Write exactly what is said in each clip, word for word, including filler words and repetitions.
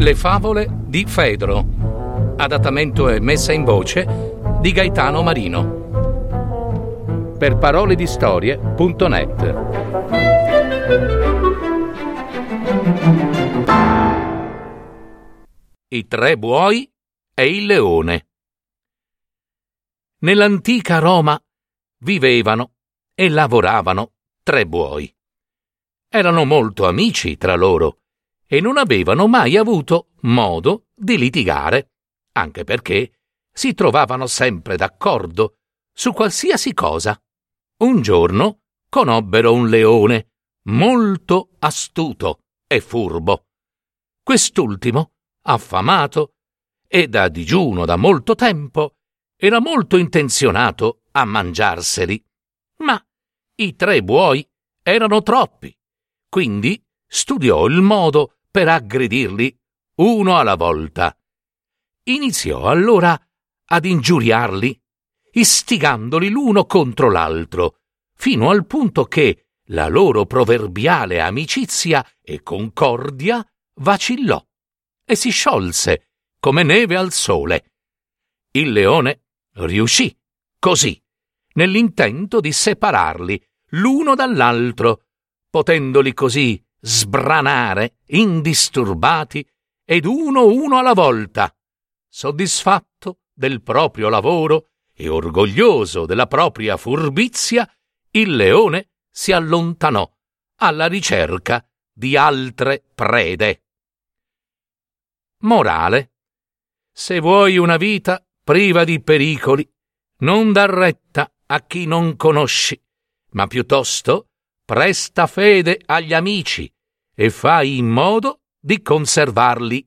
Le favole di Fedro. Adattamento e messa in voce di Gaetano Marino. Per parole di storie punto net. I tre buoi e il leone. Nell'antica Roma vivevano e lavoravano tre buoi. Erano molto amici tra loro e non avevano mai avuto modo di litigare, anche perché si trovavano sempre d'accordo su qualsiasi cosa. Un giorno conobbero un leone molto astuto e furbo. Quest'ultimo, affamato e da digiuno da molto tempo, era molto intenzionato a mangiarseli. Ma i tre buoi erano troppi, quindi studiò il modo per aggredirli uno alla volta. Iniziò allora ad ingiuriarli, istigandoli l'uno contro l'altro, fino al punto che la loro proverbiale amicizia e concordia vacillò e si sciolse come neve al sole. Il leone riuscì, così, nell'intento di separarli l'uno dall'altro, potendoli così sbranare indisturbati ed uno uno alla volta. Soddisfatto del proprio lavoro e orgoglioso della propria furbizia, il leone si allontanò alla ricerca di altre prede. Morale: se vuoi una vita priva di pericoli, non dar retta a chi non conosci, ma piuttosto presta fede agli amici e fai in modo di conservarli.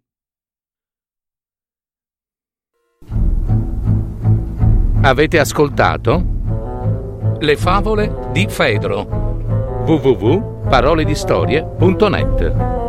Avete ascoltato Le favole di Fedro. w w w punto parole di storie punto net